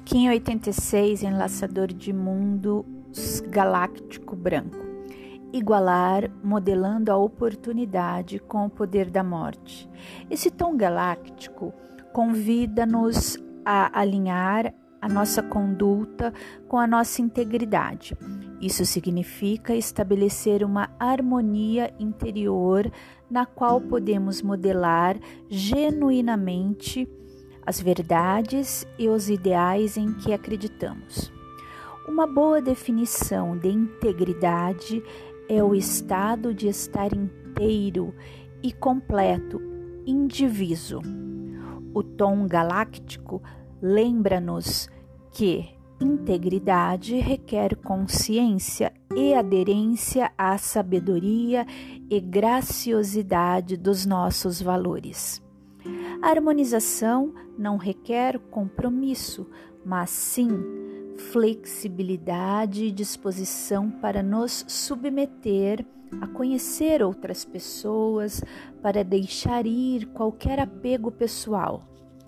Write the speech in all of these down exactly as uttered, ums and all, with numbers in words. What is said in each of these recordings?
Kim oitenta e seis, Enlaçador de Mundos Galáctico Branco. Igualar, modelando a oportunidade com o poder da morte. Esse tom galáctico convida-nos a alinhar a nossa conduta com a nossa integridade. Isso significa estabelecer uma harmonia interior na qual podemos modelar genuinamente as verdades e os ideais em que acreditamos. Uma boa definição de integridade é o estado de estar inteiro e completo, indiviso. O tom galáctico lembra-nos que integridade requer consciência e aderência à sabedoria e graciosidade dos nossos valores. A harmonização não requer compromisso, mas sim flexibilidade e disposição para nos submeter a conhecer outras pessoas, para deixar ir qualquer apego pessoal.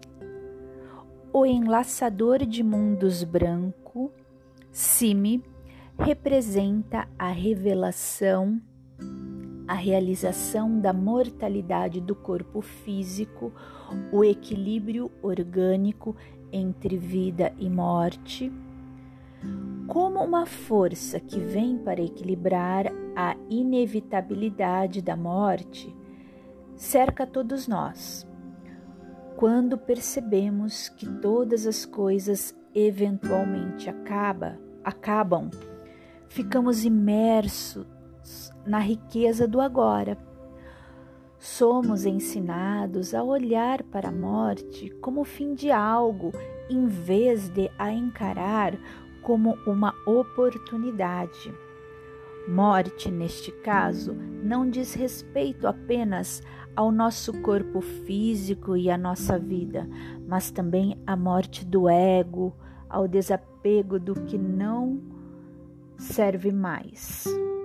O enlaçador de mundos branco, Simi, representa a revelação, a realização da mortalidade do corpo físico, o equilíbrio orgânico entre vida e morte, como uma força que vem para equilibrar a inevitabilidade da morte, cerca todos nós. Quando percebemos que todas as coisas eventualmente acaba, acabam, ficamos imersos na riqueza do agora. Somos ensinados a olhar para a morte como o fim de algo, em vez de a encarar como uma oportunidade. Morte, neste caso, não diz respeito apenas ao nosso corpo físico e à nossa vida, mas também à morte do ego, ao desapego do que não serve mais.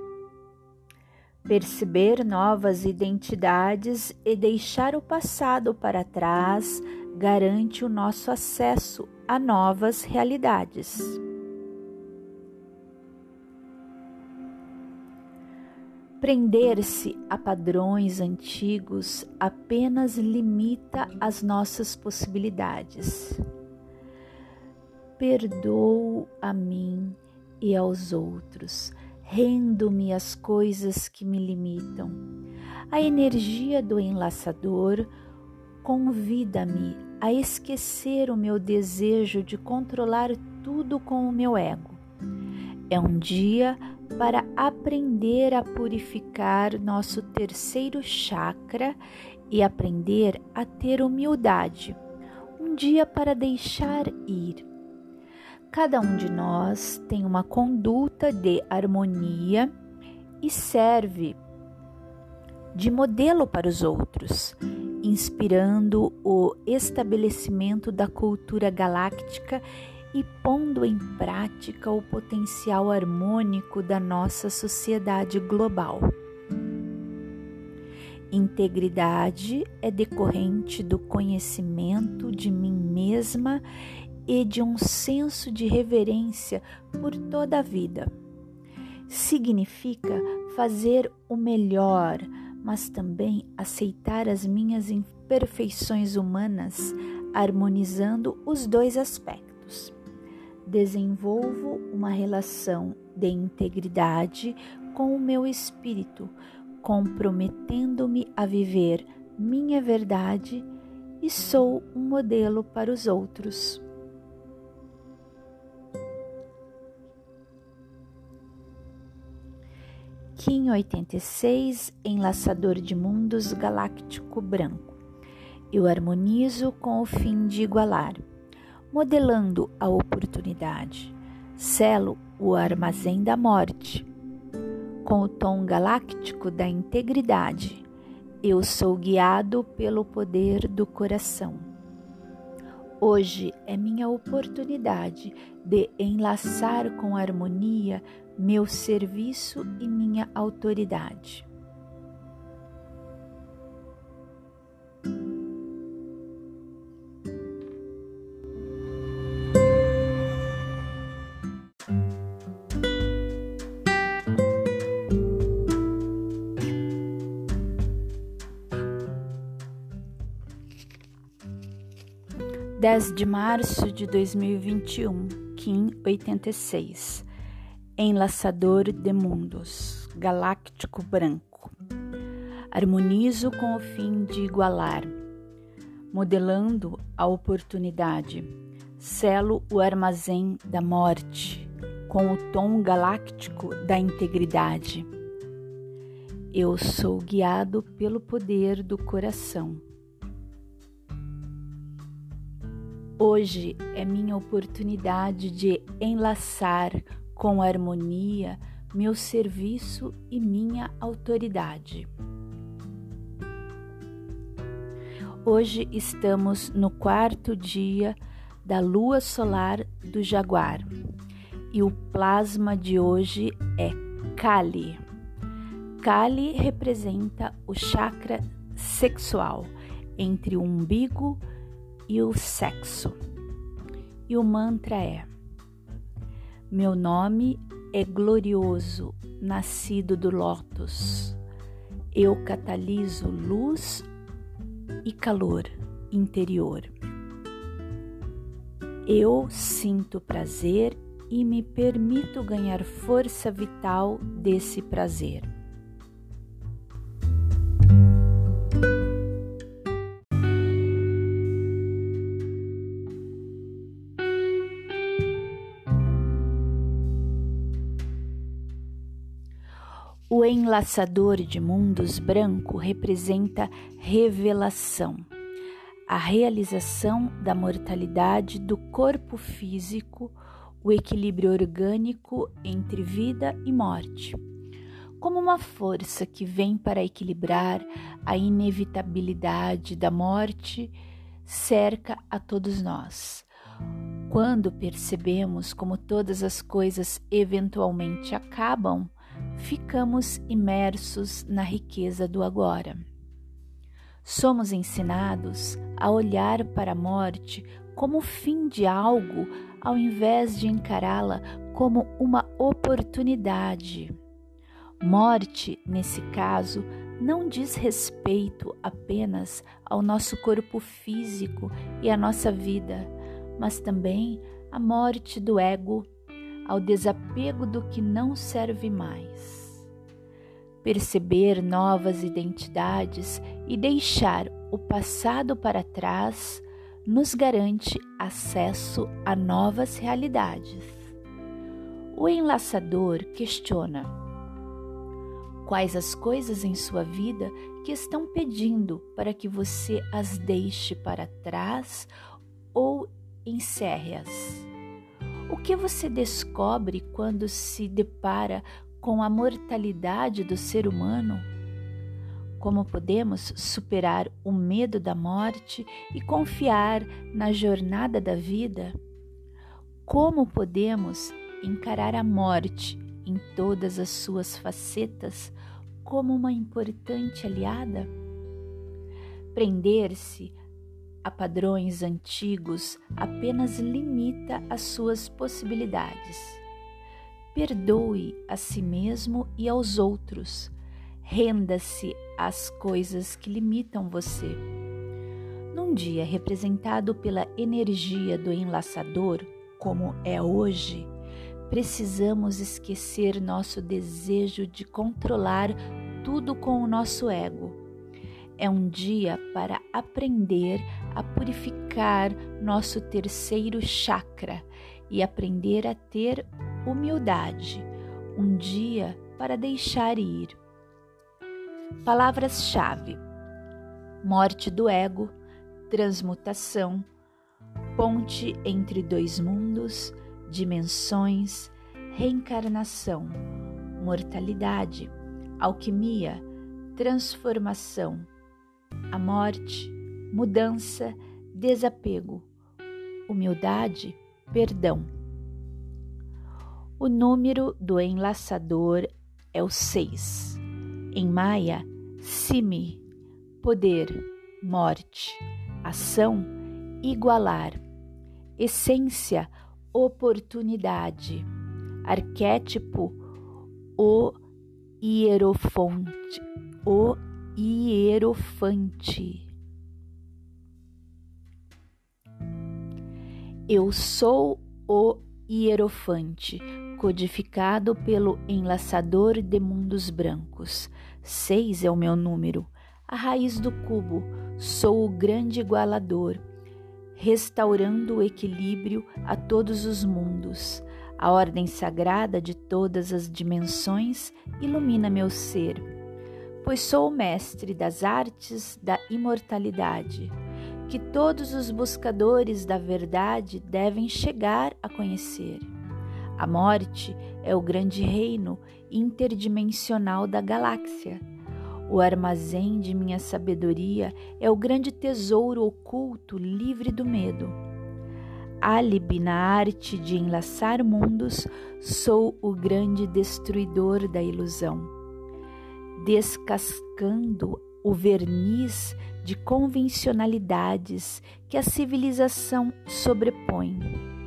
Perceber novas identidades e deixar o passado para trás garante o nosso acesso a novas realidades. Prender-se a padrões antigos apenas limita as nossas possibilidades. Perdoo a mim e aos outros, rendo-me às coisas que me limitam. A energia do enlaçador convida-me a esquecer o meu desejo de controlar tudo com o meu ego. É um dia para aprender a purificar nosso terceiro chakra e aprender a ter humildade. Um dia para deixar ir. Cada um de nós tem uma conduta de harmonia e serve de modelo para os outros, inspirando o estabelecimento da cultura galáctica e pondo em prática o potencial harmônico da nossa sociedade global. Integridade é decorrente do conhecimento de mim mesma e de um senso de reverência por toda a vida. Significa fazer o melhor, mas também aceitar as minhas imperfeições humanas, harmonizando os dois aspectos. Desenvolvo uma relação de integridade com o meu espírito, comprometendo-me a viver minha verdade e sou um modelo para os outros. Kim oitenta e seis, Enlaçador de Mundos Galáctico Branco. Eu harmonizo com o fim de igualar, modelando a oportunidade. Selo o armazém da morte. Com o tom galáctico da integridade, eu sou guiado pelo poder do coração. Hoje é minha oportunidade de enlaçar com harmonia meu serviço e minha autoridade. dez de março de dois mil e vinte e um, Kim oitenta e seis. Enlaçador de mundos, galáctico branco. Harmonizo com o fim de igualar, modelando a oportunidade. Selo o armazém da morte com o tom galáctico da integridade. Eu sou guiado pelo poder do coração. Hoje é minha oportunidade de enlaçar com harmonia meu serviço e minha autoridade. Hoje estamos no quarto dia da lua solar do Jaguar e o plasma de hoje é Kali. Kali representa o chakra sexual entre o umbigo e o sexo. E o mantra é: meu nome é glorioso, nascido do lótus. Eu cataliso luz e calor interior. Eu sinto prazer e me permito ganhar força vital desse prazer. O enlaçador de mundos branco representa revelação, a realização da mortalidade do corpo físico, o equilíbrio orgânico entre vida e morte, como uma força que vem para equilibrar a inevitabilidade da morte, cerca a todos nós. Quando percebemos como todas as coisas eventualmente acabam, ficamos imersos na riqueza do agora. Somos ensinados a olhar para a morte como o fim de algo, ao invés de encará-la como uma oportunidade. Morte, nesse caso, não diz respeito apenas ao nosso corpo físico e à nossa vida, mas também à morte do ego, ao desapego do que não serve mais. Perceber novas identidades e deixar o passado para trás nos garante acesso a novas realidades. O enlaçador questiona: quais as coisas em sua vida que estão pedindo para que você as deixe para trás ou encerre-as? O que você descobre quando se depara com a mortalidade do ser humano? Como podemos superar o medo da morte e confiar na jornada da vida? Como podemos encarar a morte em todas as suas facetas como uma importante aliada? Prender-se a padrões antigos apenas limita as suas possibilidades. Perdoe a si mesmo e aos outros. Renda-se às coisas que limitam você. Num dia representado pela energia do enlaçador, como é hoje, precisamos esquecer nosso desejo de controlar tudo com o nosso ego. É um dia para aprender a purificar nosso terceiro chakra e aprender a ter humildade. Um dia para deixar ir. Palavras-chave: morte do ego, transmutação, ponte entre dois mundos, dimensões, reencarnação, mortalidade, alquimia, transformação, a morte, mudança, desapego, humildade, perdão. O número do enlaçador é o seis. Em Maia, Simi, poder, morte, ação, igualar, essência, oportunidade, arquétipo, o hierofonte, o hierofante. Eu sou o Hierofante, codificado pelo enlaçador de mundos brancos. Seis é o meu número, a raiz do cubo. Sou o grande igualador, restaurando o equilíbrio a todos os mundos. A ordem sagrada de todas as dimensões ilumina meu ser, pois sou o mestre das artes da imortalidade, que todos os buscadores da verdade devem chegar a conhecer. A morte é o grande reino interdimensional da galáxia. O armazém de minha sabedoria é o grande tesouro oculto livre do medo. Álibi na arte de enlaçar mundos, sou o grande destruidor da ilusão, descascando o verniz de convencionalidades que a civilização sobrepõe.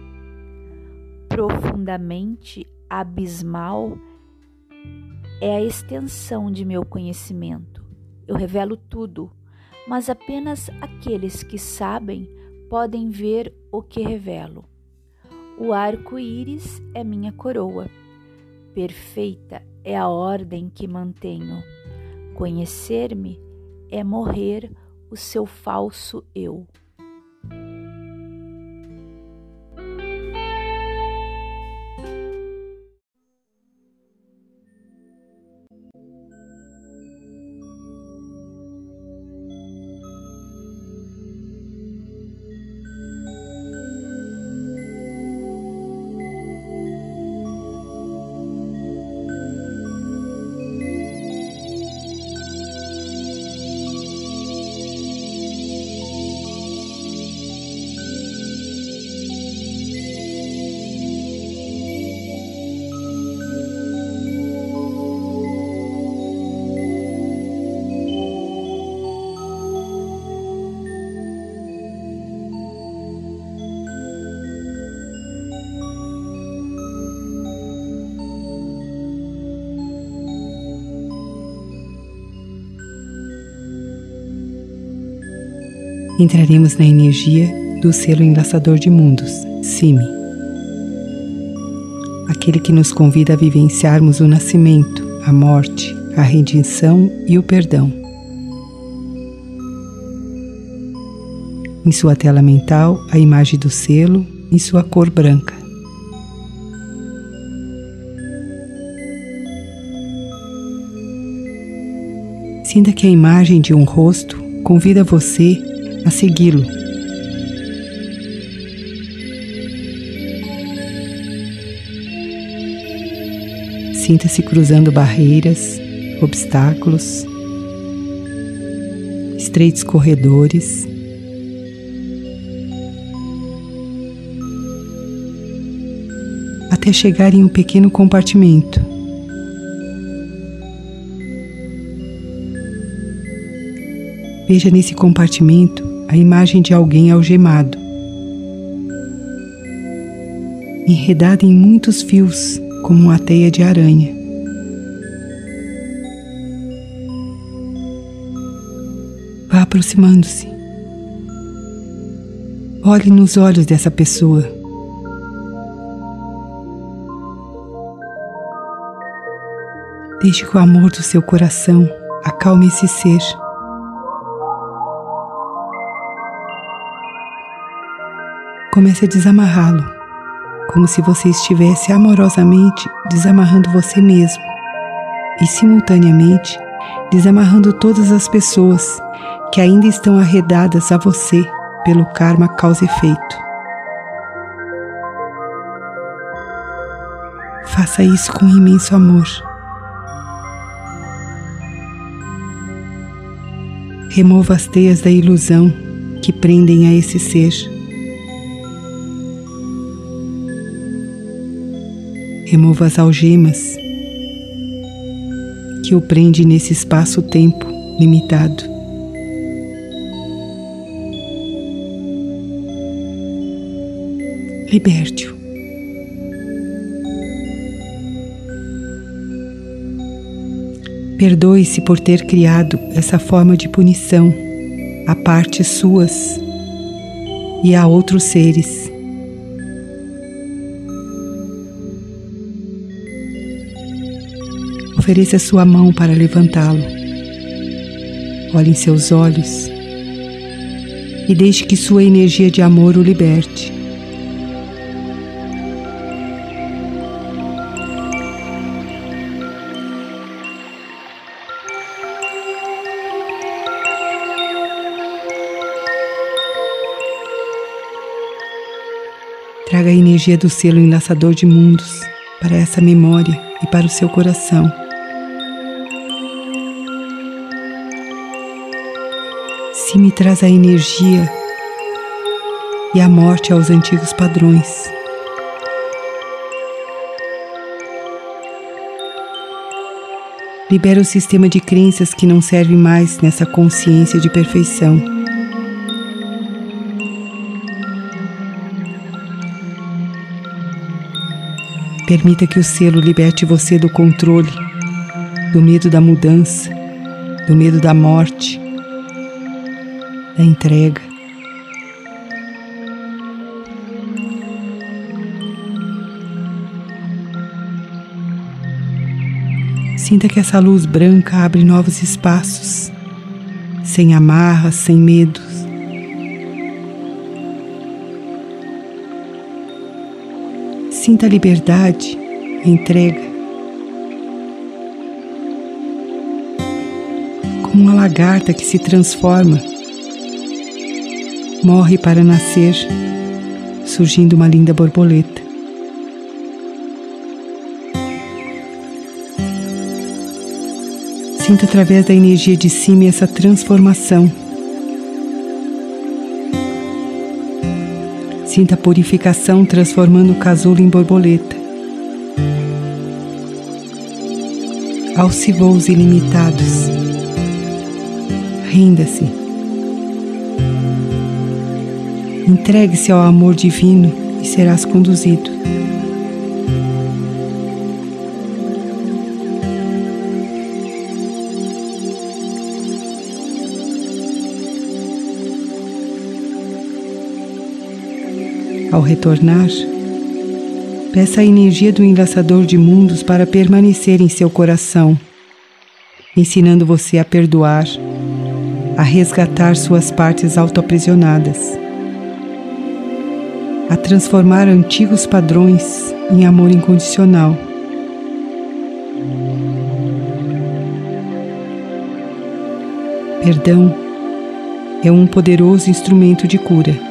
Profundamente abismal é a extensão de meu conhecimento. Eu revelo tudo, mas apenas aqueles que sabem podem ver o que revelo. O arco-íris é minha coroa. Perfeita é a ordem que mantenho. Conhecer-me é morrer o seu falso eu. Entraremos na energia do selo enlaçador de mundos, Simi, aquele que nos convida a vivenciarmos o nascimento, a morte, a redenção e o perdão. Em sua tela mental, a imagem do selo em sua cor branca. Sinta que a imagem de um rosto convida você a segui-lo. Sinta-se cruzando barreiras, obstáculos, estreitos corredores, até chegar em um pequeno compartimento. Veja nesse compartimento a imagem de alguém algemado, enredado em muitos fios, como uma teia de aranha. Vá aproximando-se. Olhe nos olhos dessa pessoa. Deixe que o amor do seu coração acalme esse ser. Comece a desamarrá-lo, como se você estivesse amorosamente desamarrando você mesmo e, simultaneamente, desamarrando todas as pessoas que ainda estão arredadas a você pelo karma causa e efeito. Faça isso com imenso amor. Remova as teias da ilusão que prendem a esse ser. Remova as algemas que o prende nesse espaço-tempo limitado. Liberte-o. Perdoe-se por ter criado essa forma de punição a partes suas e a outros seres Ofereça sua mão para levantá-lo. Olhe em seus olhos e deixe que sua energia de amor o liberte. Traga a energia do selo enlaçador de mundos para essa memória e para o seu coração. Se me traz a energia e a morte aos antigos padrões. Libera o sistema de crenças que não serve mais nessa consciência de perfeição. Permita que o selo liberte você do controle, do medo da mudança, do medo da morte, da entrega. Sinta que essa luz branca abre novos espaços, sem amarras, sem medos. Sinta a liberdade, a entrega. Como uma lagarta que se transforma, morre para nascer, surgindo uma linda borboleta. Sinta através da energia de cima essa transformação. Sinta a purificação transformando o casulo em borboleta. Alce voos ilimitados. Renda-se. Entregue-se ao amor divino e serás conduzido. Ao retornar, peça a energia do enlaçador de mundos para permanecer em seu coração, ensinando você a perdoar, a resgatar suas partes autoaprisionadas, a transformar antigos padrões em amor incondicional. Perdão é um poderoso instrumento de cura.